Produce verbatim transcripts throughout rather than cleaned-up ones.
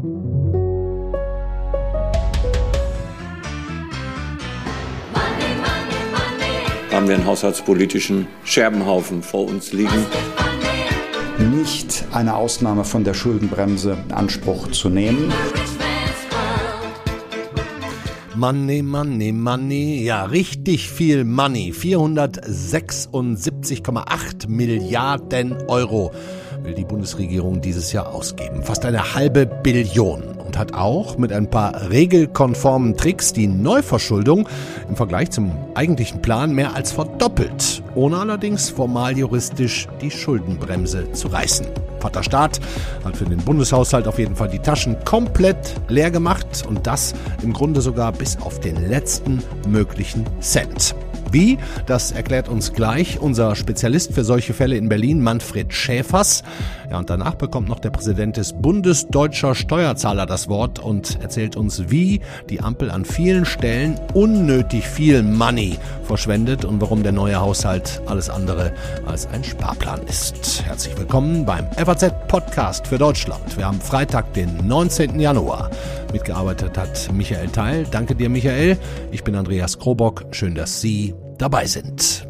Haben wir einen haushaltspolitischen Scherbenhaufen vor uns liegen. Nicht eine Ausnahme von der Schuldenbremse in Anspruch zu nehmen. Money, money, money, ja, richtig viel Money. vierhundertsechsundsiebzig Komma acht Milliarden Euro will die Bundesregierung dieses Jahr ausgeben. Fast eine halbe Billion. Und hat auch mit ein paar regelkonformen Tricks die Neuverschuldung im Vergleich zum eigentlichen Plan mehr als verdoppelt. Ohne allerdings formal juristisch die Schuldenbremse zu reißen. Vater Staat hat für den Bundeshaushalt auf jeden Fall die Taschen komplett leer gemacht und das im Grunde sogar bis auf den letzten möglichen Cent. Wie? Das erklärt uns gleich unser Spezialist für solche Fälle in Berlin, Manfred Schäfers. Ja, und danach bekommt noch der Präsident des Bundes Deutscher Steuerzahler das Wort und erzählt uns, wie die Ampel an vielen Stellen unnötig viel Money verschwendet und warum der neue Haushalt alles andere als ein Sparplan ist. Herzlich willkommen beim F A Z-Podcast für Deutschland. Wir haben Freitag, den neunzehnten Januar. Mitgearbeitet hat Michael Teil. Danke dir, Michael. Ich bin Andreas Krobock. Schön, dass Sie dabei sind.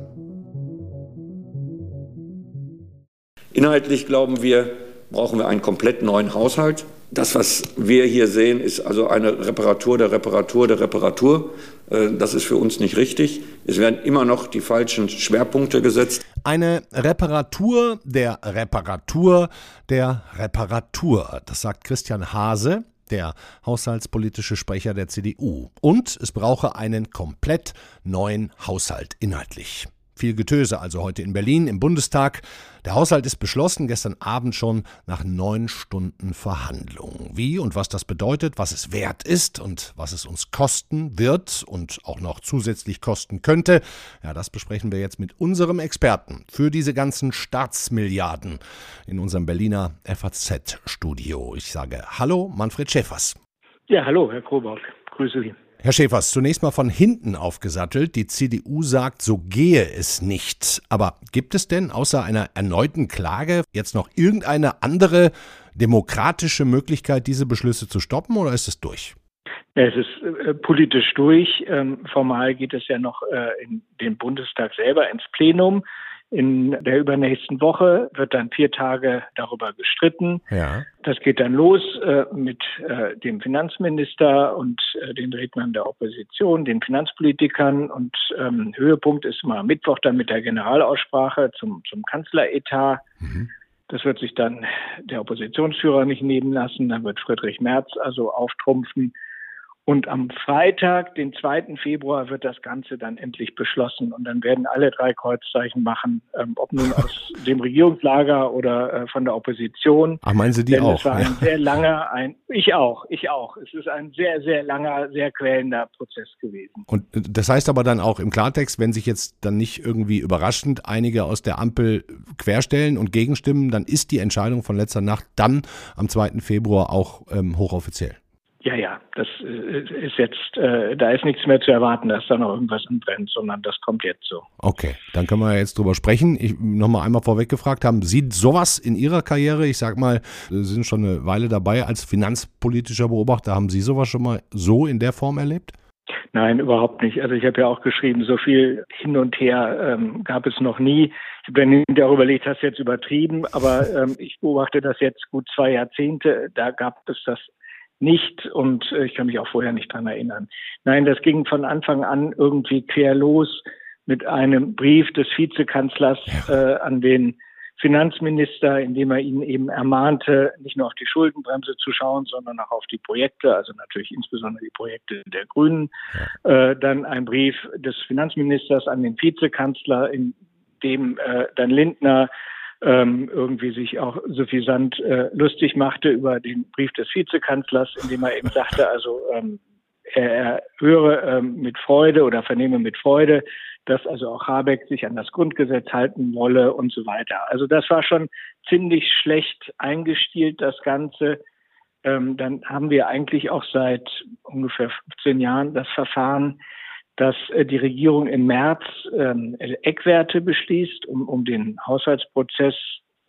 Inhaltlich glauben wir, brauchen wir einen komplett neuen Haushalt. Das, was wir hier sehen, ist also eine Reparatur der Reparatur der Reparatur. Das ist für uns nicht richtig. Es werden immer noch die falschen Schwerpunkte gesetzt. Eine Reparatur der Reparatur der Reparatur. Das sagt Christian Hase, der haushaltspolitische Sprecher der C D U. Und es brauche einen komplett neuen Haushalt inhaltlich. Viel Getöse also heute in Berlin im Bundestag. Der Haushalt ist beschlossen, gestern Abend schon nach neun Stunden Verhandlungen. Wie und was das bedeutet, was es wert ist und was es uns kosten wird und auch noch zusätzlich kosten könnte, ja, das besprechen wir jetzt mit unserem Experten für diese ganzen Staatsmilliarden in unserem Berliner F A Z-Studio. Ich sage Hallo, Manfred Schäfers. Ja, hallo, Herr Krobock. Grüße Sie. Herr Schäfers, zunächst mal von hinten aufgesattelt. Die C D U sagt, so gehe es nicht. Aber gibt es denn außer einer erneuten Klage jetzt noch irgendeine andere demokratische Möglichkeit, diese Beschlüsse zu stoppen, oder ist es durch? Es ist äh, politisch durch. Ähm, formal geht es ja noch äh, in den Bundestag selber ins Plenum. In der übernächsten Woche wird dann vier Tage darüber gestritten. Ja. Das geht dann los äh, mit äh, dem Finanzminister und äh, den Rednern der Opposition, den Finanzpolitikern. Und ähm, Höhepunkt ist immer am Mittwoch dann mit der Generalaussprache zum, zum Kanzleretat. Mhm. Das wird sich dann der Oppositionsführer nicht nehmen lassen. Dann wird Friedrich Merz also auftrumpfen. Und am Freitag, den zweiten Februar, wird das Ganze dann endlich beschlossen. Und dann werden alle drei Kreuzzeichen machen, ähm, ob nun aus dem Regierungslager oder äh, von der Opposition. Ach, meinen Sie die Denn auch? Es war ein ja. sehr langer, ein, ich auch, ich auch. Es ist ein sehr, sehr langer, sehr quälender Prozess gewesen. Und das heißt aber dann auch im Klartext, wenn sich jetzt dann nicht irgendwie überraschend einige aus der Ampel querstellen und gegenstimmen, dann ist die Entscheidung von letzter Nacht dann am zweiten Februar auch ähm, hochoffiziell. Ja, ja, das ist jetzt, äh, da ist nichts mehr zu erwarten, dass da noch irgendwas anbrennt, sondern das kommt jetzt so. Okay, dann können wir jetzt drüber sprechen. Ich nochmal einmal vorweg gefragt, haben Sie sowas in Ihrer Karriere, ich sag mal, Sie sind schon eine Weile dabei als finanzpolitischer Beobachter, haben Sie sowas schon mal so in der Form erlebt? Nein, überhaupt nicht. Also ich habe ja auch geschrieben, so viel hin und her ähm, gab es noch nie. Ich habe dann hinterher überlegt, hast du jetzt übertrieben, aber ähm, ich beobachte das jetzt gut zwei Jahrzehnte, da gab es das nicht und äh, ich kann mich auch vorher nicht dran erinnern. Nein, das ging von Anfang an irgendwie quer los mit einem Brief des Vizekanzlers äh, an den Finanzminister, in dem er ihn eben ermahnte, nicht nur auf die Schuldenbremse zu schauen, sondern auch auf die Projekte, also natürlich insbesondere die Projekte der Grünen. Äh, dann ein Brief des Finanzministers an den Vizekanzler, in dem äh, dann Lindner ähm, irgendwie sich auch suffisant äh, lustig machte über den Brief des Vizekanzlers, in dem er eben sagte, also ähm, er, er höre ähm, mit Freude oder vernehme mit Freude, dass also auch Habeck sich an das Grundgesetz halten wolle und so weiter. Also das war schon ziemlich schlecht eingestielt, das Ganze. Ähm, dann haben wir eigentlich auch seit ungefähr fünfzehn Jahren das Verfahren, dass äh, die Regierung im März ähm, Eckwerte beschließt, um, um den Haushaltsprozess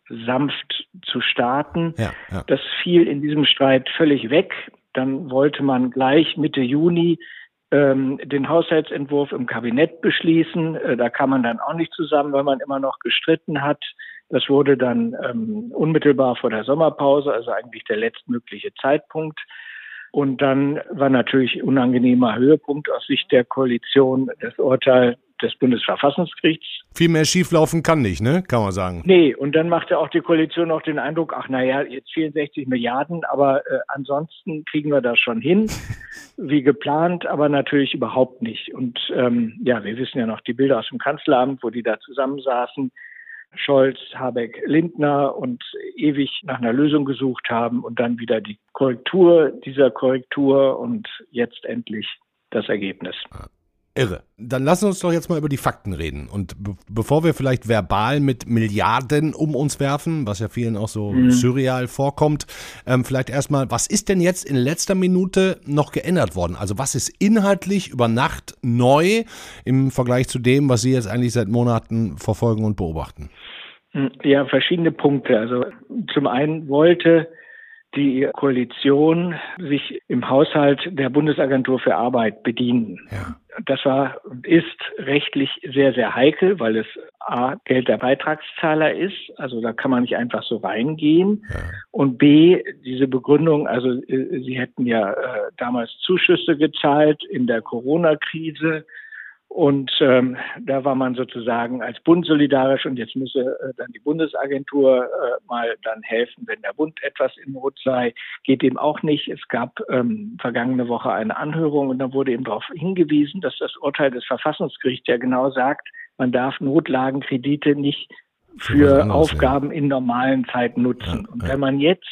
sanft zu starten. Ja, ja. Das fiel in diesem Streit völlig weg. Dann wollte man gleich Mitte Juni ähm, den Haushaltsentwurf im Kabinett beschließen. Äh, da kam man dann auch nicht zusammen, weil man immer noch gestritten hat. Das wurde dann ähm, unmittelbar vor der Sommerpause, also eigentlich der letztmögliche Zeitpunkt. Und dann war natürlich unangenehmer Höhepunkt aus Sicht der Koalition das Urteil des Bundesverfassungsgerichts. Viel mehr schieflaufen kann nicht, ne? Kann man sagen. Nee, und dann machte auch die Koalition auch den Eindruck, ach naja, jetzt vierundsechzig Milliarden, aber äh, ansonsten kriegen wir das schon hin, wie geplant, aber natürlich überhaupt nicht. Und ähm, ja, wir wissen ja noch die Bilder aus dem Kanzleramt, wo die da zusammensaßen, Scholz, Habeck, Lindner und ewig nach einer Lösung gesucht haben und dann wieder die Korrektur dieser Korrektur und jetzt endlich das Ergebnis. Irre. Dann lassen wir uns doch jetzt mal über die Fakten reden. Und be- bevor wir vielleicht verbal mit Milliarden um uns werfen, was ja vielen auch so mhm. surreal vorkommt, ähm, vielleicht erstmal, was ist denn jetzt in letzter Minute noch geändert worden? Also was ist inhaltlich über Nacht neu im Vergleich zu dem, was Sie jetzt eigentlich seit Monaten verfolgen und beobachten? Ja, verschiedene Punkte. Also zum einen wollte die Koalition sich im Haushalt der Bundesagentur für Arbeit bedienen. Ja. Das war und ist rechtlich sehr, sehr heikel, weil es A, Geld der Beitragszahler ist, also da kann man nicht einfach so reingehen. Ja. Und B, diese Begründung, also äh, sie hätten ja äh, damals Zuschüsse gezahlt in der Corona-Krise. Und ähm, da war man sozusagen als Bund solidarisch und jetzt müsse äh, dann die Bundesagentur äh, mal dann helfen, wenn der Bund etwas in Not sei. Geht eben auch nicht. Es gab ähm, vergangene Woche eine Anhörung und da wurde eben darauf hingewiesen, dass das Urteil des Verfassungsgerichts ja genau sagt, man darf Notlagenkredite nicht für Aufgaben in normalen Zeiten nutzen. Ja, und wenn man jetzt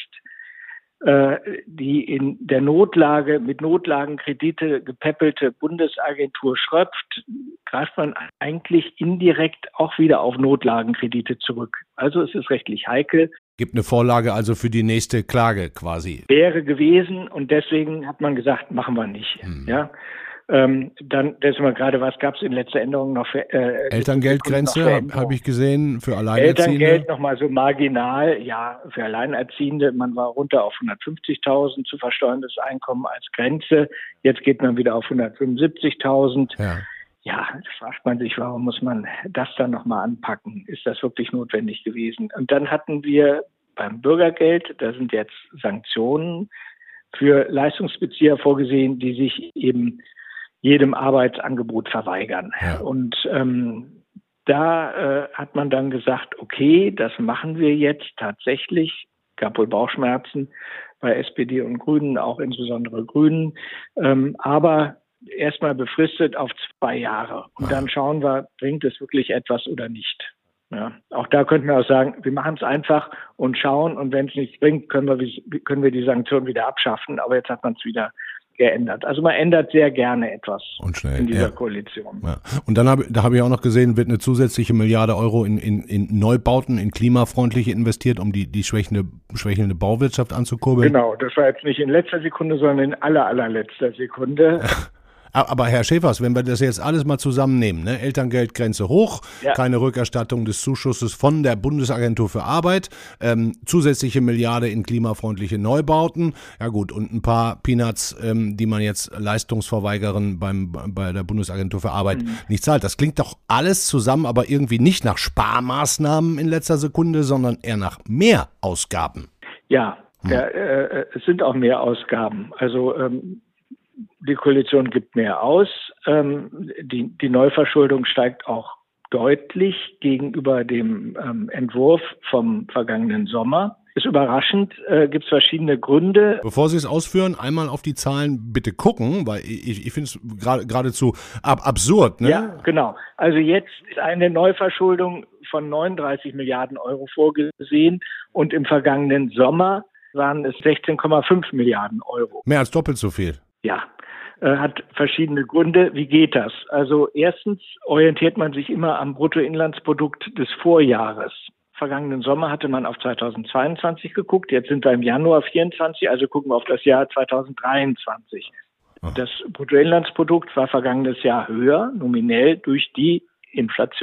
die in der Notlage, mit Notlagenkredite gepeppelte Bundesagentur schröpft, greift man eigentlich indirekt auch wieder auf Notlagenkredite zurück. Also es ist rechtlich heikel. Gibt eine Vorlage also für die nächste Klage quasi. Wäre gewesen und deswegen hat man gesagt, machen wir nicht. Hm. Ja. Ähm, dann, das ist mal gerade, was gab es in letzter Änderung noch für äh, Elterngeldgrenze, habe hab ich gesehen, für Alleinerziehende. Elterngeld nochmal so marginal, ja, für Alleinerziehende. Man war runter auf hundertfünfzigtausend zu versteuerndes Einkommen als Grenze. Jetzt geht man wieder auf hundertfünfundsiebzigtausend. Ja. Ja, da fragt man sich, warum muss man das dann nochmal anpacken? Ist das wirklich notwendig gewesen? Und dann hatten wir beim Bürgergeld, da sind jetzt Sanktionen für Leistungsbezieher vorgesehen, die sich eben jedem Arbeitsangebot verweigern. Ja. Und ähm, da äh, hat man dann gesagt, okay, das machen wir jetzt tatsächlich. Gab wohl Bauchschmerzen bei S P D und Grünen, auch insbesondere Grünen, ähm, aber erstmal befristet auf zwei Jahre. Und dann schauen wir, bringt es wirklich etwas oder nicht. Ja, auch da könnten wir auch sagen, wir machen es einfach und schauen und wenn es nichts bringt, können wir, können wir die Sanktionen wieder abschaffen. Aber jetzt hat man es wieder geändert. Also man ändert sehr gerne etwas und schnell, in dieser ja. Koalition. Ja. Und dann habe da habe ich auch noch gesehen, wird eine zusätzliche Milliarde Euro in, in, in Neubauten, in klimafreundliche investiert, um die, die schwächende, schwächelnde Bauwirtschaft anzukurbeln. Genau, das war jetzt nicht in letzter Sekunde, sondern in aller, allerletzter Sekunde. Aber Herr Schäfers, wenn wir das jetzt alles mal zusammennehmen, ne? Elterngeldgrenze hoch, ja. keine Rückerstattung des Zuschusses von der Bundesagentur für Arbeit, ähm, zusätzliche Milliarde in klimafreundliche Neubauten, ja gut, und ein paar Peanuts, ähm, die man jetzt Leistungsverweigerern beim, bei der Bundesagentur für Arbeit mhm. nicht zahlt. Das klingt doch alles zusammen, aber irgendwie nicht nach Sparmaßnahmen in letzter Sekunde, sondern eher nach mehr Ausgaben. Ja, hm. ja äh, es sind auch mehr Ausgaben. Also ähm, die Koalition gibt mehr aus. Ähm, die, die Neuverschuldung steigt auch deutlich gegenüber dem ähm, Entwurf vom vergangenen Sommer. Ist überraschend, äh, gibt es verschiedene Gründe. Bevor Sie es ausführen, einmal auf die Zahlen bitte gucken, weil ich, ich finde es grad, geradezu ab, absurd. Ne? Ja, genau. Also jetzt ist eine Neuverschuldung von neununddreißig Milliarden Euro vorgesehen und im vergangenen Sommer waren es sechzehn Komma fünf Milliarden Euro. Mehr als doppelt so viel. Ja, äh, hat verschiedene Gründe. Wie geht das? Also erstens orientiert man sich immer am Bruttoinlandsprodukt des Vorjahres. Vergangenen Sommer hatte man auf zweitausendzweiundzwanzig geguckt, jetzt sind wir im Januar vierundzwanzig, also gucken wir auf das Jahr zweitausenddreiundzwanzig. Ach. Das Bruttoinlandsprodukt war vergangenes Jahr höher, nominell durch die Inflation.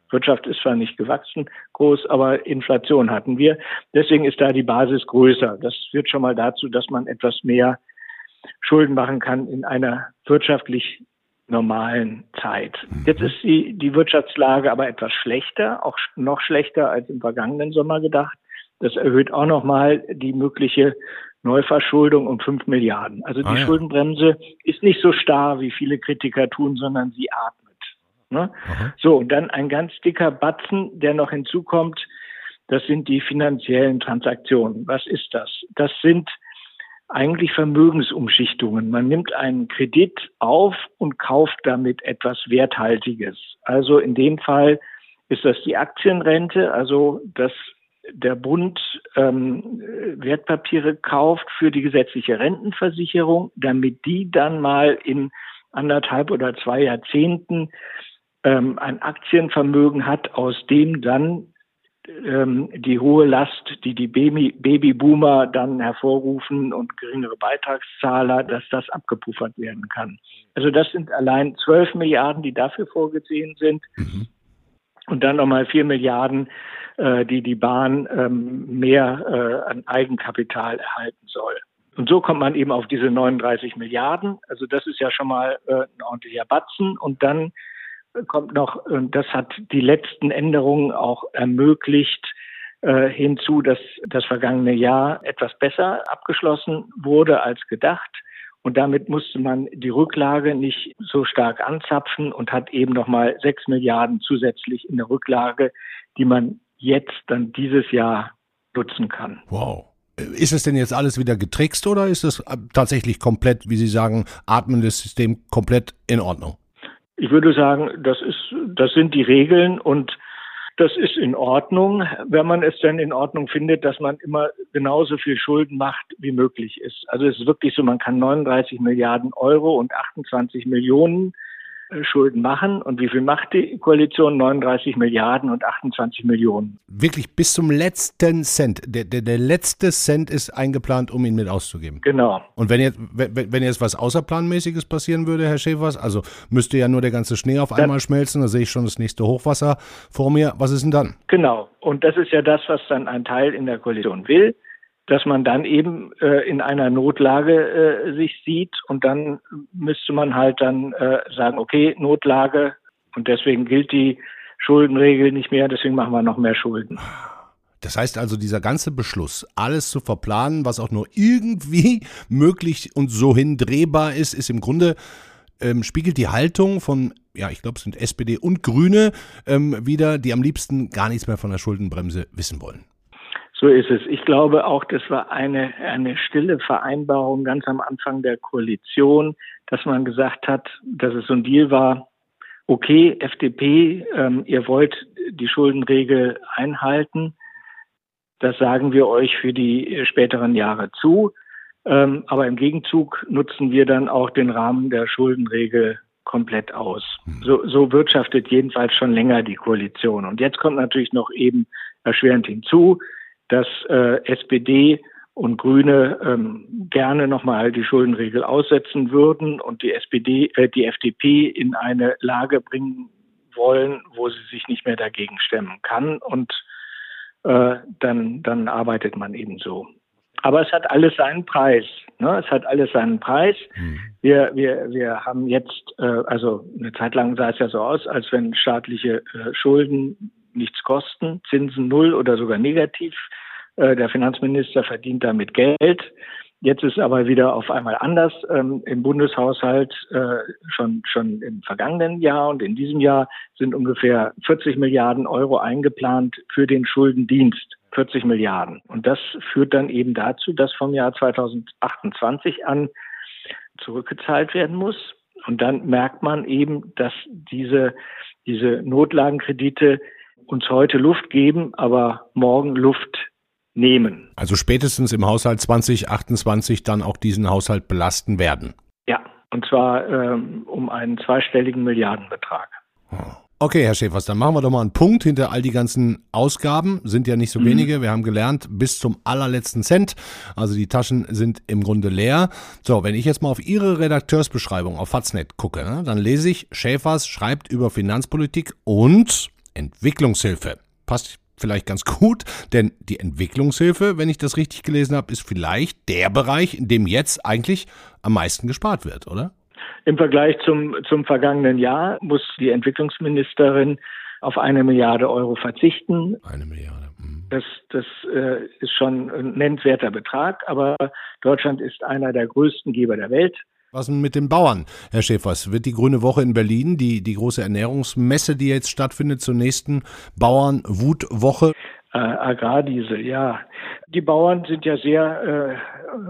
Wirtschaft ist zwar nicht gewachsen groß, aber Inflation hatten wir. Deswegen ist da die Basis größer. Das führt schon mal dazu, dass man etwas mehr Schulden machen kann in einer wirtschaftlich normalen Zeit. Jetzt ist die, die Wirtschaftslage aber etwas schlechter, auch noch schlechter als im vergangenen Sommer gedacht. Das erhöht auch nochmal die mögliche Neuverschuldung um fünf Milliarden. Also die ah, ja. Schuldenbremse ist nicht so starr, wie viele Kritiker tun, sondern sie atmet. Ne? So, und dann ein ganz dicker Batzen, der noch hinzukommt, das sind die finanziellen Transaktionen. Was ist das? Das sind eigentlich Vermögensumschichtungen. Man nimmt einen Kredit auf und kauft damit etwas Werthaltiges. Also in dem Fall ist das die Aktienrente, also dass der Bund ähm, Wertpapiere kauft für die gesetzliche Rentenversicherung, damit die dann mal in anderthalb oder zwei Jahrzehnten ähm, ein Aktienvermögen hat, aus dem dann ähm, die hohe Last, die die Baby, Babyboomer dann hervorrufen und geringere Beitragszahler, dass das abgepuffert werden kann. Also das sind allein zwölf Milliarden, die dafür vorgesehen sind. Mhm. Und dann nochmal vier Milliarden, äh, die die Bahn ähm, mehr äh, an Eigenkapital erhalten soll. Und so kommt man eben auf diese neununddreißig Milliarden. Also das ist ja schon mal äh, ein ordentlicher Batzen. Und dann kommt noch, und das hat die letzten Änderungen auch ermöglicht, äh, hinzu, dass das vergangene Jahr etwas besser abgeschlossen wurde als gedacht. Und damit musste man die Rücklage nicht so stark anzapfen und hat eben nochmal sechs Milliarden zusätzlich in der Rücklage, die man jetzt dann dieses Jahr nutzen kann. Wow. Ist es denn jetzt alles wieder getrickst oder ist es tatsächlich komplett, wie Sie sagen, atmendes System komplett in Ordnung? Ich würde sagen, das ist, das sind die Regeln und das ist in Ordnung, wenn man es denn in Ordnung findet, dass man immer genauso viel Schulden macht, wie möglich ist. Also es ist wirklich so, man kann neununddreißig Milliarden Euro und achtundzwanzig Millionen Schulden machen. Und wie viel macht die Koalition? neununddreißig Milliarden und achtundzwanzig Millionen. Wirklich bis zum letzten Cent. Der, der, der letzte Cent ist eingeplant, um ihn mit auszugeben. Genau. Und wenn jetzt, wenn, wenn jetzt was Außerplanmäßiges passieren würde, Herr Schäfers, also müsste ja nur der ganze Schnee auf einmal das, schmelzen, da sehe ich schon das nächste Hochwasser vor mir. Was ist denn dann? Genau. Und das ist ja das, was dann ein Teil in der Koalition will, dass man dann eben äh, in einer Notlage äh, sich sieht und dann müsste man halt dann äh, sagen, okay, Notlage und deswegen gilt die Schuldenregel nicht mehr, deswegen machen wir noch mehr Schulden. Das heißt also, dieser ganze Beschluss, alles zu verplanen, was auch nur irgendwie möglich und so hindrehbar ist, ist im Grunde, ähm, spiegelt die Haltung von, ja, ich glaube, es sind S P D und Grüne ähm, wieder, die am liebsten gar nichts mehr von der Schuldenbremse wissen wollen. So ist es. Ich glaube auch, das war eine, eine stille Vereinbarung ganz am Anfang der Koalition, dass man gesagt hat, dass es so ein Deal war, okay, F D P, ähm, ihr wollt die Schuldenregel einhalten, das sagen wir euch für die späteren Jahre zu, ähm, aber im Gegenzug nutzen wir dann auch den Rahmen der Schuldenregel komplett aus. So, so wirtschaftet jedenfalls schon länger die Koalition. Und jetzt kommt natürlich noch eben erschwerend hinzu, dass äh, S P D und Grüne ähm, gerne nochmal die Schuldenregel aussetzen würden und die S P D, äh, die F D P in eine Lage bringen wollen, wo sie sich nicht mehr dagegen stemmen kann. Und äh, dann, dann arbeitet man eben so. Aber es hat alles seinen Preis. Ne? Es hat alles seinen Preis. Mhm. Wir, wir, wir haben jetzt, äh, also eine Zeit lang sah es ja so aus, als wenn staatliche äh, Schulden nichts kosten, Zinsen null oder sogar negativ. Äh, der Finanzminister verdient damit Geld. Jetzt ist aber wieder auf einmal anders. Ähm, im Bundeshaushalt äh, schon schon im vergangenen Jahr und in diesem Jahr sind ungefähr vierzig Milliarden Euro eingeplant für den Schuldendienst. vierzig Milliarden. Und das führt dann eben dazu, dass vom Jahr zweitausendachtundzwanzig an zurückgezahlt werden muss. Und dann merkt man eben, dass diese diese Notlagenkredite uns heute Luft geben, aber morgen Luft nehmen. Also spätestens im Haushalt zwanzig achtundzwanzig dann auch diesen Haushalt belasten werden. Ja, und zwar ähm, um einen zweistelligen Milliardenbetrag. Okay, Herr Schäfers, dann machen wir doch mal einen Punkt hinter all die ganzen Ausgaben. Sind ja nicht so mhm. wenige. Wir haben gelernt, bis zum allerletzten Cent. Also die Taschen sind im Grunde leer. So, wenn ich jetzt mal auf Ihre Redakteursbeschreibung auf Faznet gucke, ne, dann lese ich, Schäfers schreibt über Finanzpolitik und Entwicklungshilfe. Passt vielleicht ganz gut, denn die Entwicklungshilfe, wenn ich das richtig gelesen habe, ist vielleicht der Bereich, in dem jetzt eigentlich am meisten gespart wird, oder? Im Vergleich zum, zum vergangenen Jahr muss die Entwicklungsministerin auf eine Milliarde Euro verzichten. Eine Milliarde. Mhm. Das, das äh, ist schon ein nennenswerter Betrag, aber Deutschland ist einer der größten Geber der Welt. Was denn mit den Bauern, Herr Schäfers? Wird die Grüne Woche in Berlin, die, die große Ernährungsmesse, die jetzt stattfindet, zur nächsten Bauernwutwoche? Äh, Agrardiesel, ja. Die Bauern sind ja sehr äh,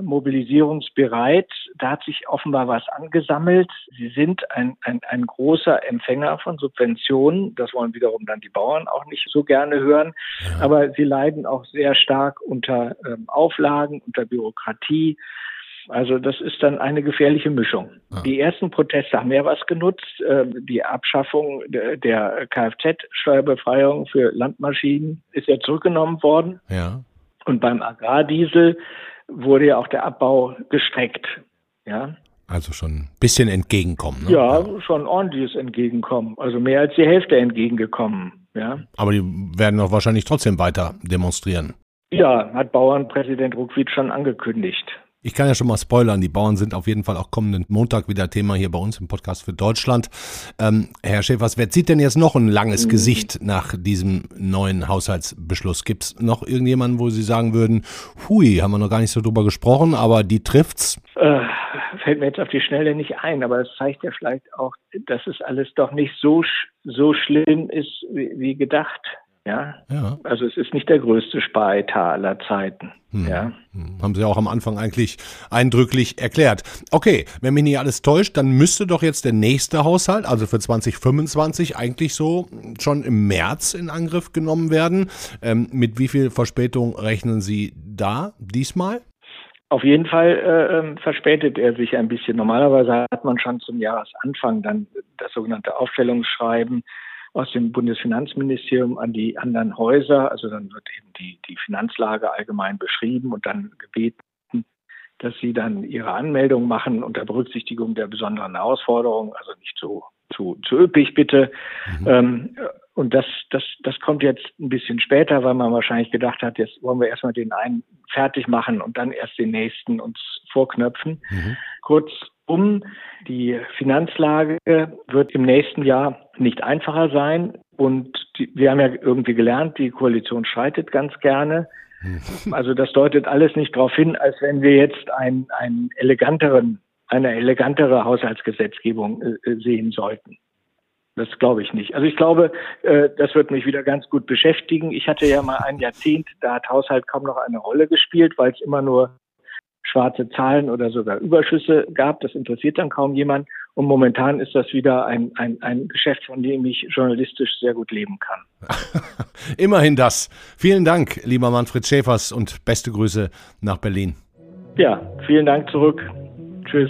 mobilisierungsbereit. Da hat sich offenbar was angesammelt. Sie sind ein, ein, ein großer Empfänger von Subventionen. Das wollen wiederum dann die Bauern auch nicht so gerne hören. Ja. Aber sie leiden auch sehr stark unter ähm, Auflagen, unter Bürokratie. Also das ist dann eine gefährliche Mischung. Ah. Die ersten Proteste haben ja was genutzt. Die Abschaffung der Kfz-Steuerbefreiung für Landmaschinen ist ja zurückgenommen worden. Ja. Und beim Agrardiesel wurde ja auch der Abbau gestreckt. Ja. Also schon ein bisschen entgegenkommen. Ne? Ja, schon ordentliches Entgegenkommen. Also mehr als die Hälfte entgegengekommen. Ja. Aber die werden doch wahrscheinlich trotzdem weiter demonstrieren. Ja, hat Bauernpräsident Ruckwied schon angekündigt. Ich kann ja schon mal spoilern, die Bauern sind auf jeden Fall auch kommenden Montag wieder Thema hier bei uns im Podcast für Deutschland. Ähm, Herr Schäfers, wer zieht denn jetzt noch ein langes mhm. Gesicht nach diesem neuen Haushaltsbeschluss? Gibt es noch irgendjemanden, wo Sie sagen würden, hui, haben wir noch gar nicht so drüber gesprochen, aber die trifft's? Äh, fällt mir jetzt auf die Schnelle nicht ein, aber es zeigt ja vielleicht auch, dass es alles doch nicht so, so schlimm ist, wie, wie gedacht. Ja? ja, also es ist nicht der größte Sparetat aller Zeiten. Hm. Ja. Haben Sie auch am Anfang eigentlich eindrücklich erklärt. Okay, wenn mich nicht alles täuscht, dann müsste doch jetzt der nächste Haushalt, also für zwanzig fünfundzwanzig, eigentlich so schon im März in Angriff genommen werden. Ähm, mit wie viel Verspätung rechnen Sie da diesmal? Auf jeden Fall äh, verspätet er sich ein bisschen. Normalerweise hat man schon zum Jahresanfang dann das sogenannte Aufstellungsschreiben aus dem Bundesfinanzministerium an die anderen Häuser. Also dann wird eben die, die Finanzlage allgemein beschrieben und dann gebeten, dass sie dann ihre Anmeldung machen unter Berücksichtigung der besonderen Herausforderungen, also nicht so zu, zu üppig bitte. Mhm. Ähm, und das, das, das kommt jetzt ein bisschen später, weil man wahrscheinlich gedacht hat, jetzt wollen wir erstmal den einen fertig machen und dann erst den nächsten uns vorknöpfen. Mhm. Kurzum, die Finanzlage wird im nächsten Jahr nicht einfacher sein. Und die, wir haben ja irgendwie gelernt, die Koalition schreitet ganz gerne. Also das deutet alles nicht darauf hin, als wenn wir jetzt einen, einen eleganteren, eine elegantere Haushaltsgesetzgebung äh, sehen sollten. Das glaube ich nicht. Also ich glaube, äh, das wird mich wieder ganz gut beschäftigen. Ich hatte ja mal ein Jahrzehnt, da hat Haushalt kaum noch eine Rolle gespielt, weil es immer nur schwarze Zahlen oder sogar Überschüsse gab. Das interessiert dann kaum jemand. Und momentan ist das wieder ein, ein, ein Geschäft, von dem ich journalistisch sehr gut leben kann. Immerhin das. Vielen Dank, lieber Manfred Schäfers, und beste Grüße nach Berlin. Ja, vielen Dank zurück. Tschüss.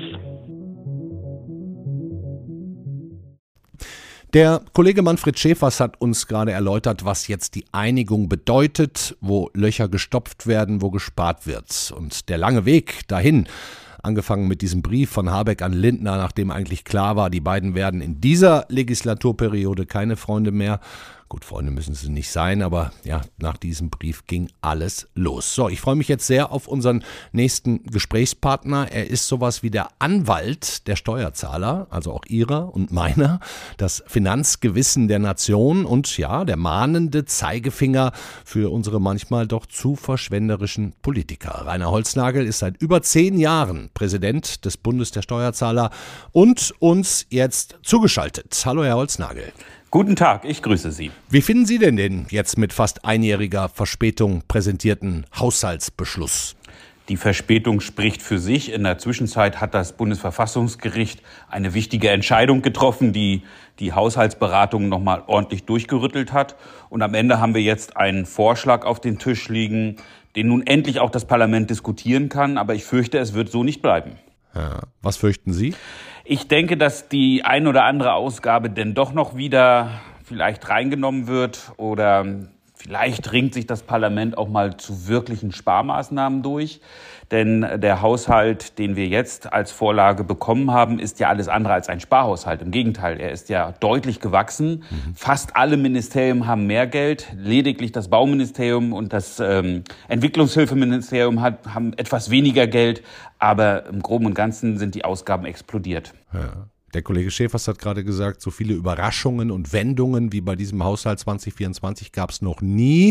Der Kollege Manfred Schäfers hat uns gerade erläutert, was jetzt die Einigung bedeutet, wo Löcher gestopft werden, wo gespart wird. Und der lange Weg dahin, angefangen mit diesem Brief von Habeck an Lindner, nachdem eigentlich klar war, die beiden werden in dieser Legislaturperiode keine Freunde mehr. Gut, Freunde müssen sie nicht sein, aber ja, nach diesem Brief ging alles los. So, ich freue mich jetzt sehr auf unseren nächsten Gesprächspartner. Er ist sowas wie der Anwalt der Steuerzahler, also auch ihrer und meiner, das Finanzgewissen der Nation und ja, der mahnende Zeigefinger für unsere manchmal doch zu verschwenderischen Politiker. Rainer Holznagel ist seit über zehn Jahren Präsident des Bundes der Steuerzahler und uns jetzt zugeschaltet. Hallo, Herr Holznagel. Guten Tag, ich grüße Sie. Wie finden Sie denn den jetzt mit fast einjähriger Verspätung präsentierten Haushaltsbeschluss? Die Verspätung spricht für sich. In der Zwischenzeit hat das Bundesverfassungsgericht eine wichtige Entscheidung getroffen, die die Haushaltsberatungen nochmal ordentlich durchgerüttelt hat. Und am Ende haben wir jetzt einen Vorschlag auf den Tisch liegen, den nun endlich auch das Parlament diskutieren kann. Aber ich fürchte, es wird so nicht bleiben. Ja, was fürchten Sie? Ich denke, dass die ein oder andere Ausgabe denn doch noch wieder vielleicht reingenommen wird oder Vielleicht ringt sich das Parlament auch mal zu wirklichen Sparmaßnahmen durch. Denn der Haushalt, den wir jetzt als Vorlage bekommen haben, ist ja alles andere als ein Sparhaushalt. Im Gegenteil, er ist ja deutlich gewachsen. Mhm. Fast alle Ministerien haben mehr Geld. Lediglich das Bauministerium und das ähm, Entwicklungshilfeministerium hat, haben etwas weniger Geld. Aber im Groben und Ganzen sind die Ausgaben explodiert. Ja. Der Kollege Schäfers hat gerade gesagt, so viele Überraschungen und Wendungen wie bei diesem Haushalt zwanzig vierundzwanzig gab es noch nie.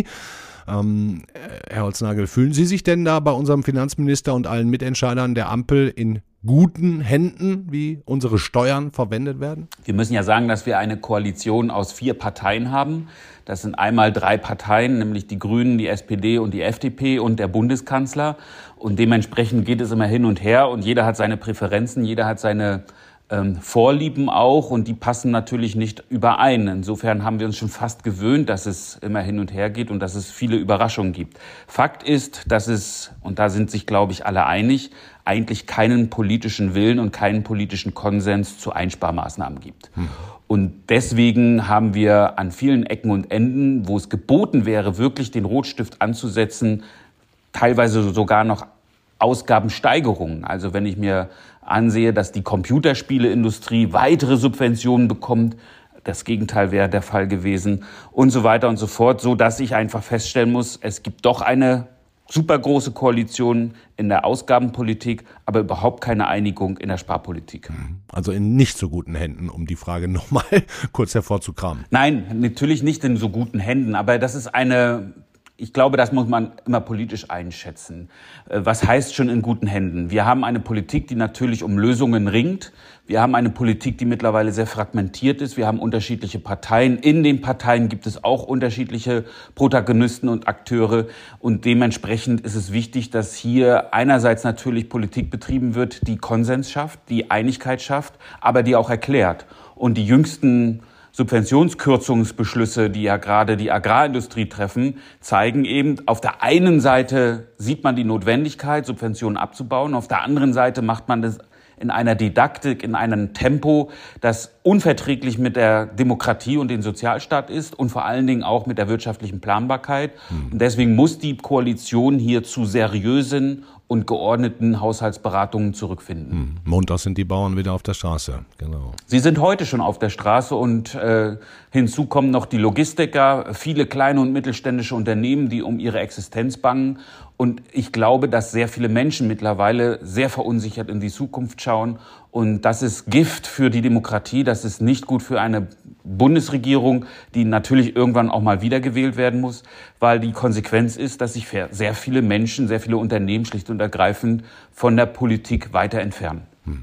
Ähm, Herr Holznagel, fühlen Sie sich denn da bei unserem Finanzminister und allen Mitentscheidern der Ampel in guten Händen, wie unsere Steuern verwendet werden? Wir müssen ja sagen, dass wir eine Koalition aus vier Parteien haben. Das sind einmal drei Parteien, nämlich die Grünen, die S P D und die F D P und der Bundeskanzler. Und dementsprechend geht es immer hin und her und jeder hat seine Präferenzen, jeder hat seine Ähm, Vorlieben auch und die passen natürlich nicht überein. Insofern haben wir uns schon fast gewöhnt, dass es immer hin und her geht und dass es viele Überraschungen gibt. Fakt ist, dass es, und da sind sich, glaube ich, alle einig, eigentlich keinen politischen Willen und keinen politischen Konsens zu Einsparmaßnahmen gibt. Hm. Und deswegen haben wir an vielen Ecken und Enden, wo es geboten wäre, wirklich den Rotstift anzusetzen, teilweise sogar noch Ausgabensteigerungen. Also wenn ich mir ansehe, dass die Computerspieleindustrie weitere Subventionen bekommt, das Gegenteil wäre der Fall gewesen und so weiter und so fort, so dass ich einfach feststellen muss, es gibt doch eine super große Koalition in der Ausgabenpolitik, aber überhaupt keine Einigung in der Sparpolitik. Also in nicht so guten Händen, um die Frage nochmal kurz hervorzukramen. Nein, natürlich nicht in so guten Händen, aber das ist eine... Ich glaube, das muss man immer politisch einschätzen. Was heißt schon in guten Händen? Wir haben eine Politik, die natürlich um Lösungen ringt. Wir haben eine Politik, die mittlerweile sehr fragmentiert ist. Wir haben unterschiedliche Parteien. In den Parteien gibt es auch unterschiedliche Protagonisten und Akteure. Und dementsprechend ist es wichtig, dass hier einerseits natürlich Politik betrieben wird, die Konsens schafft, die Einigkeit schafft, aber die auch erklärt. Und die jüngsten Subventionskürzungsbeschlüsse, die ja gerade die Agrarindustrie treffen, zeigen eben, auf der einen Seite sieht man die Notwendigkeit, Subventionen abzubauen, auf der anderen Seite macht man das in einer Didaktik, in einem Tempo, das unverträglich mit der Demokratie und dem Sozialstaat ist und vor allen Dingen auch mit der wirtschaftlichen Planbarkeit. Mhm. Und deswegen muss die Koalition hier zu seriösen und geordneten Haushaltsberatungen zurückfinden. Mhm. Montags sind die Bauern wieder auf der Straße, genau. Sie sind heute schon auf der Straße und äh, hinzu kommen noch die Logistiker, viele kleine und mittelständische Unternehmen, die um ihre Existenz bangen. Und ich glaube, dass sehr viele Menschen mittlerweile sehr verunsichert in die Zukunft schauen. Und das ist Gift für die Demokratie. Das ist nicht gut für eine Bundesregierung, die natürlich irgendwann auch mal wiedergewählt werden muss, weil die Konsequenz ist, dass sich sehr viele Menschen, sehr viele Unternehmen schlicht und ergreifend von der Politik weiter entfernen. Hm.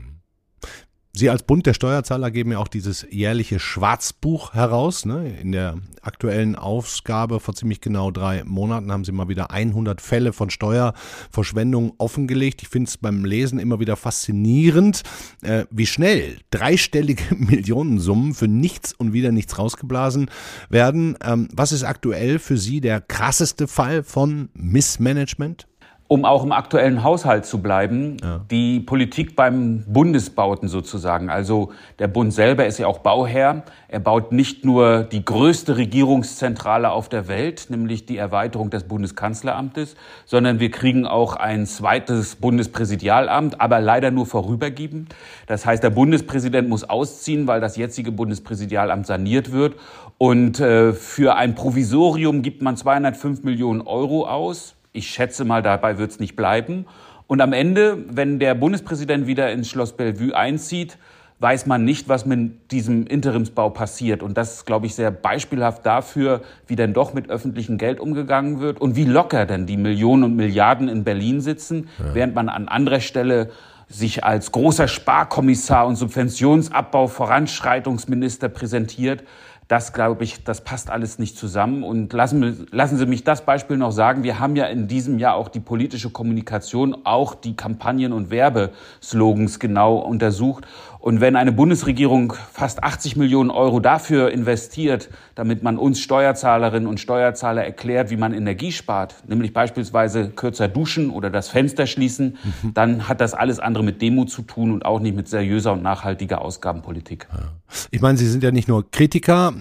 Sie als Bund der Steuerzahler geben ja auch dieses jährliche Schwarzbuch heraus. Ne? In der aktuellen Ausgabe vor ziemlich genau drei Monaten haben Sie mal wieder hundert Fälle von Steuerverschwendung offengelegt. Ich finde es beim Lesen immer wieder faszinierend, äh, wie schnell dreistellige Millionensummen für nichts und wieder nichts rausgeblasen werden. Ähm, was ist aktuell für Sie der krasseste Fall von Missmanagement? Um auch im aktuellen Haushalt zu bleiben, ja. Die Politik beim Bundesbauten sozusagen. Also der Bund selber ist ja auch Bauherr. Er baut nicht nur die größte Regierungszentrale auf der Welt, nämlich die Erweiterung des Bundeskanzleramtes, sondern wir kriegen auch ein zweites Bundespräsidialamt, aber leider nur vorübergehend. Das heißt, der Bundespräsident muss ausziehen, weil das jetzige Bundespräsidialamt saniert wird. Und äh, für ein Provisorium gibt man zweihundertfünf Millionen Euro aus. Ich schätze mal, dabei wird es nicht bleiben. Und am Ende, wenn der Bundespräsident wieder ins Schloss Bellevue einzieht, weiß man nicht, was mit diesem Interimsbau passiert. Und das ist, glaube ich, sehr beispielhaft dafür, wie denn doch mit öffentlichem Geld umgegangen wird und wie locker denn die Millionen und Milliarden in Berlin sitzen, ja. Während man an anderer Stelle sich als großer Sparkommissar und Subventionsabbau Voranschreitungsminister präsentiert. Das, glaube ich, das passt alles nicht zusammen. Und lassen, lassen Sie mich das Beispiel noch sagen. Wir haben ja in diesem Jahr auch die politische Kommunikation, auch die Kampagnen- und Werbeslogans genau untersucht. Und wenn eine Bundesregierung fast achtzig Millionen Euro dafür investiert, damit man uns Steuerzahlerinnen und Steuerzahler erklärt, wie man Energie spart, nämlich beispielsweise kürzer duschen oder das Fenster schließen, mhm. dann hat das alles andere mit Demut zu tun und auch nicht mit seriöser und nachhaltiger Ausgabenpolitik. Ich meine, Sie sind ja nicht nur Kritiker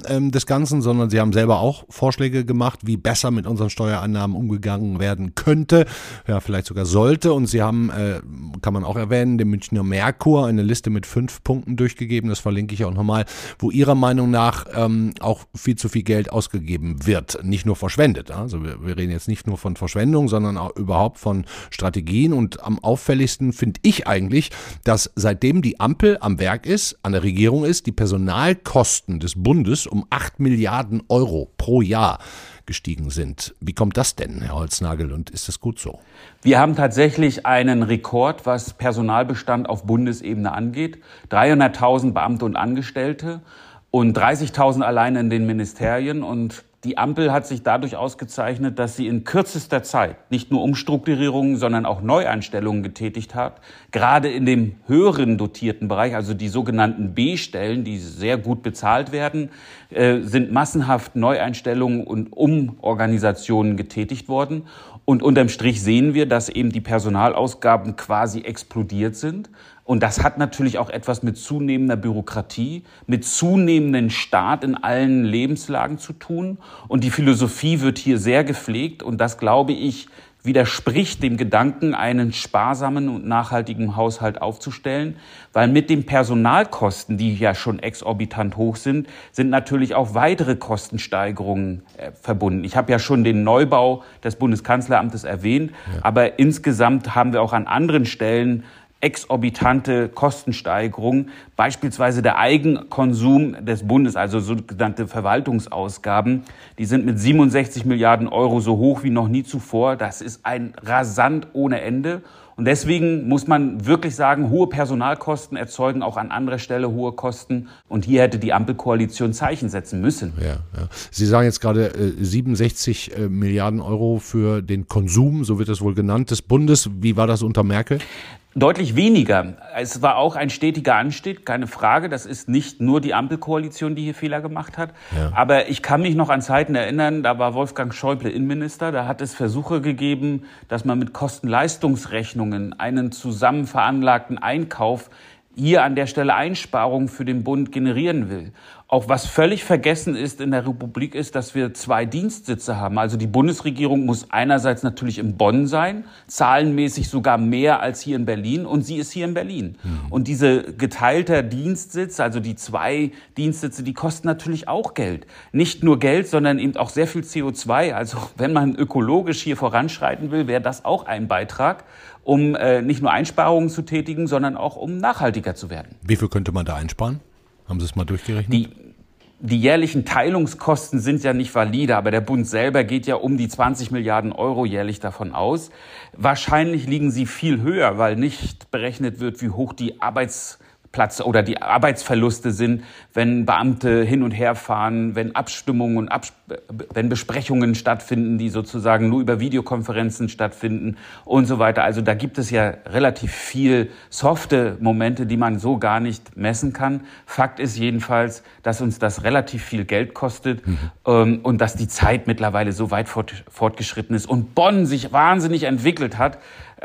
ähm, des Ganzen, sondern Sie haben selber auch Vorschläge gemacht, wie besser mit unseren Steuereinnahmen umgegangen werden könnte, ja, vielleicht sogar sollte. Und Sie haben, äh, kann man auch erwähnen, dem Münchner Merkur eine Liste mit fünf Punkten durchgegeben, das verlinke ich auch nochmal, wo Ihrer Meinung nach ähm, auch viel zu viel Geld ausgegeben wird, nicht nur verschwendet. Also wir, wir reden jetzt nicht nur von Verschwendung, sondern auch überhaupt von Strategien. Und am auffälligsten finde ich eigentlich, dass seitdem die Ampel am Werk ist, an der Regierung ist, die Personalkosten des Bundes um acht Milliarden Euro pro Jahr gestiegen sind. Wie kommt das denn, Herr Holznagel, und ist das gut so? Wir haben tatsächlich einen Rekord, was Personalbestand auf Bundesebene angeht. dreihunderttausend Beamte und Angestellte und dreißigtausend alleine in den Ministerien. Und die Ampel hat sich dadurch ausgezeichnet, dass sie in kürzester Zeit nicht nur Umstrukturierungen, sondern auch Neueinstellungen getätigt hat. Gerade in dem höheren dotierten Bereich, also die sogenannten B-Stellen, die sehr gut bezahlt werden, äh, sind massenhaft Neueinstellungen und Umorganisationen getätigt worden. Und unterm Strich sehen wir, dass eben die Personalausgaben quasi explodiert sind. Und das hat natürlich auch etwas mit zunehmender Bürokratie, mit zunehmendem Staat in allen Lebenslagen zu tun. Und die Philosophie wird hier sehr gepflegt. Und das, glaube ich, widerspricht dem Gedanken, einen sparsamen und nachhaltigen Haushalt aufzustellen. Weil mit den Personalkosten, die ja schon exorbitant hoch sind, sind natürlich auch weitere Kostensteigerungen äh, verbunden. Ich habe ja schon den Neubau des Bundeskanzleramtes erwähnt. Ja. Aber insgesamt haben wir auch an anderen Stellen exorbitante Kostensteigerungen, beispielsweise der Eigenkonsum des Bundes, also sogenannte Verwaltungsausgaben, die sind mit siebenundsechzig Milliarden Euro so hoch wie noch nie zuvor. Das ist ein Rasant ohne Ende. Und deswegen muss man wirklich sagen, hohe Personalkosten erzeugen auch an anderer Stelle hohe Kosten. Und hier hätte die Ampelkoalition Zeichen setzen müssen. Ja, ja. Sie sagen jetzt gerade äh, siebenundsechzig äh, Milliarden Euro für den Konsum, so wird es wohl genannt, des Bundes. Wie war das unter Merkel? Deutlich weniger. Es war auch ein stetiger Anstieg, keine Frage. Das ist nicht nur die Ampelkoalition, die hier Fehler gemacht hat. Ja. Aber ich kann mich noch an Zeiten erinnern, da war Wolfgang Schäuble Innenminister. Da hat es Versuche gegeben, dass man mit Kosten-Leistungsrechnungen einen zusammen veranlagten Einkauf hier an der Stelle Einsparungen für den Bund generieren will. Auch was völlig vergessen ist in der Republik ist, dass wir zwei Dienstsitze haben. Also die Bundesregierung muss einerseits natürlich in Bonn sein, zahlenmäßig sogar mehr als hier in Berlin, und sie ist hier in Berlin. Mhm. Und diese geteilte Dienstsitz, also die zwei Dienstsitze, die kosten natürlich auch Geld. Nicht nur Geld, sondern eben auch sehr viel C O zwei. Also wenn man ökologisch hier voranschreiten will, wäre das auch ein Beitrag, um äh, nicht nur Einsparungen zu tätigen, sondern auch um nachhaltiger zu werden. Wie viel könnte man da einsparen? Haben Sie es mal durchgerechnet? Die, die jährlichen Teilungskosten sind ja nicht valide, aber der Bund selber geht ja um die zwanzig Milliarden Euro jährlich davon aus. Wahrscheinlich liegen sie viel höher, weil nicht berechnet wird, wie hoch die Arbeits Platz oder die Arbeitsverluste sind, wenn Beamte hin und her fahren, wenn Abstimmungen und Abs- wenn Besprechungen stattfinden, die sozusagen nur über Videokonferenzen stattfinden und so weiter. Also da gibt es ja relativ viel softe Momente, die man so gar nicht messen kann. Fakt ist jedenfalls, dass uns das relativ viel Geld kostet mhm. ähm, und dass die Zeit mittlerweile so weit fort, fortgeschritten ist und Bonn sich wahnsinnig entwickelt hat.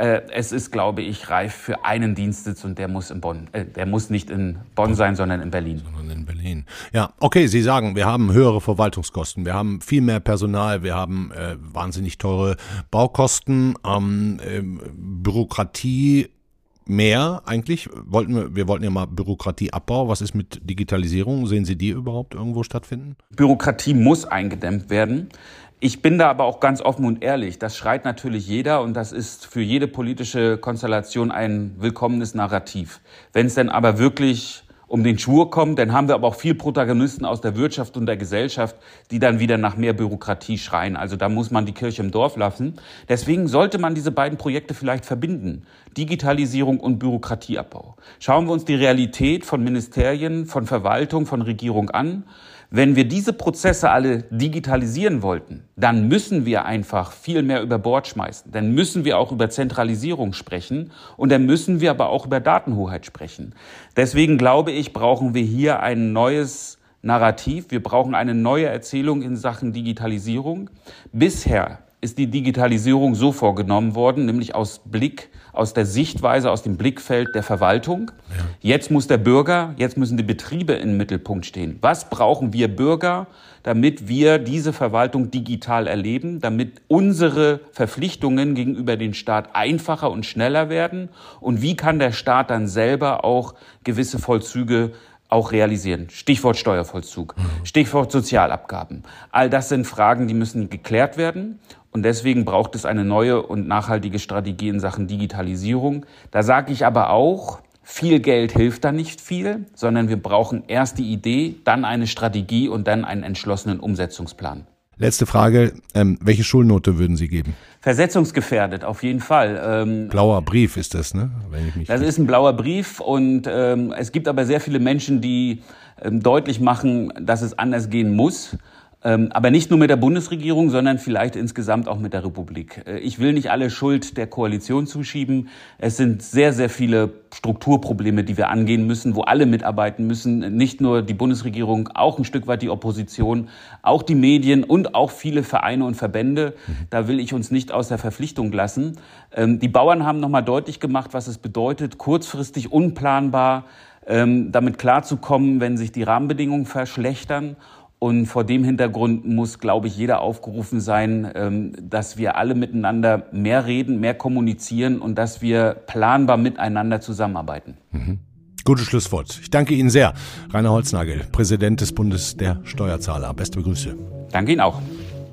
Es ist, glaube ich, reif für einen Dienstsitz, und der muss in Bonn, äh, der muss nicht in Bonn sein, sondern in Berlin. Sondern in Berlin. Ja, okay, Sie sagen, wir haben höhere Verwaltungskosten, wir haben viel mehr Personal, wir haben äh, wahnsinnig teure Baukosten, ähm, äh, Bürokratie. Mehr eigentlich? Wollten wir, wir wollten ja mal Bürokratieabbau. Was ist mit Digitalisierung? Sehen Sie die überhaupt irgendwo stattfinden? Bürokratie muss eingedämmt werden. Ich bin da aber auch ganz offen und ehrlich. Das schreit natürlich jeder, und das ist für jede politische Konstellation ein willkommenes Narrativ. Wenn es denn aber wirklich um den Schwur kommt, dann haben wir aber auch viel Protagonisten aus der Wirtschaft und der Gesellschaft, die dann wieder nach mehr Bürokratie schreien. Also da muss man die Kirche im Dorf lassen. Deswegen sollte man diese beiden Projekte vielleicht verbinden. Digitalisierung und Bürokratieabbau. Schauen wir uns die Realität von Ministerien, von Verwaltung, von Regierung an. Wenn wir diese Prozesse alle digitalisieren wollten, dann müssen wir einfach viel mehr über Bord schmeißen. Dann müssen wir auch über Zentralisierung sprechen, und dann müssen wir aber auch über Datenhoheit sprechen. Deswegen glaube ich, brauchen wir hier ein neues Narrativ. Wir brauchen eine neue Erzählung in Sachen Digitalisierung. Bisher ist die Digitalisierung so vorgenommen worden, nämlich aus Blick, aus der Sichtweise, aus dem Blickfeld der Verwaltung. Ja. Jetzt muss der Bürger, jetzt müssen die Betriebe im Mittelpunkt stehen. Was brauchen wir Bürger, damit wir diese Verwaltung digital erleben, damit unsere Verpflichtungen gegenüber dem Staat einfacher und schneller werden? Und wie kann der Staat dann selber auch gewisse Vollzüge auch realisieren? Stichwort Steuervollzug, Stichwort Sozialabgaben. All das sind Fragen, die müssen geklärt werden. Und deswegen braucht es eine neue und nachhaltige Strategie in Sachen Digitalisierung. Da sage ich aber auch, viel Geld hilft da nicht viel, sondern wir brauchen erst die Idee, dann eine Strategie und dann einen entschlossenen Umsetzungsplan. Letzte Frage, ähm, welche Schulnote würden Sie geben? Versetzungsgefährdet, auf jeden Fall. Ähm, blauer Brief ist das, ne? Wenn ich mich das ist ein blauer Brief und ähm, es gibt aber sehr viele Menschen, die ähm, deutlich machen, dass es anders gehen muss. Ähm, aber nicht nur mit der Bundesregierung, sondern vielleicht insgesamt auch mit der Republik. Äh, ich will nicht alle Schuld der Koalition zuschieben. Es sind sehr, sehr viele Strukturprobleme, die wir angehen müssen, wo alle mitarbeiten müssen. Nicht nur die Bundesregierung, auch ein Stück weit die Opposition, auch die Medien und auch viele Vereine und Verbände. Da will ich uns nicht aus der Verpflichtung lassen. Ähm, die Bauern haben nochmal deutlich gemacht, was es bedeutet, kurzfristig unplanbar ähm, damit klarzukommen, wenn sich die Rahmenbedingungen verschlechtern. Und vor dem Hintergrund muss, glaube ich, jeder aufgerufen sein, dass wir alle miteinander mehr reden, mehr kommunizieren und dass wir planbar miteinander zusammenarbeiten. Mhm. Gutes Schlusswort. Ich danke Ihnen sehr. Rainer Holznagel, Präsident des Bundes der Steuerzahler. Beste Grüße. Danke Ihnen auch.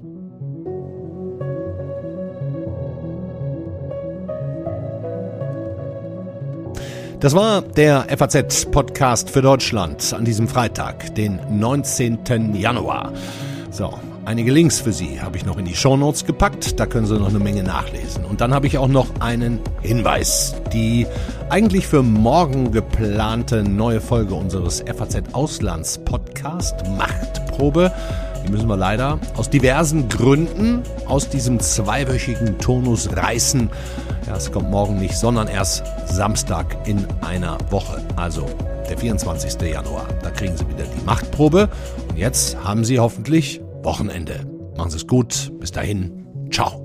Das war der F A Z-Podcast für Deutschland an diesem Freitag, den neunzehnten Januar. So, einige Links für Sie habe ich noch in die Shownotes gepackt, da können Sie noch eine Menge nachlesen. Und dann habe ich auch noch einen Hinweis. Die eigentlich für morgen geplante neue Folge unseres F A Z-Auslands-Podcast Machtprobe, die müssen wir leider aus diversen Gründen aus diesem zweiwöchigen Turnus reißen. Ja, es kommt morgen nicht, sondern erst Samstag in einer Woche. Also der vierundzwanzigsten Januar. Da kriegen Sie wieder die Machtprobe. Und jetzt haben Sie hoffentlich Wochenende. Machen Sie es gut. Bis dahin. Ciao.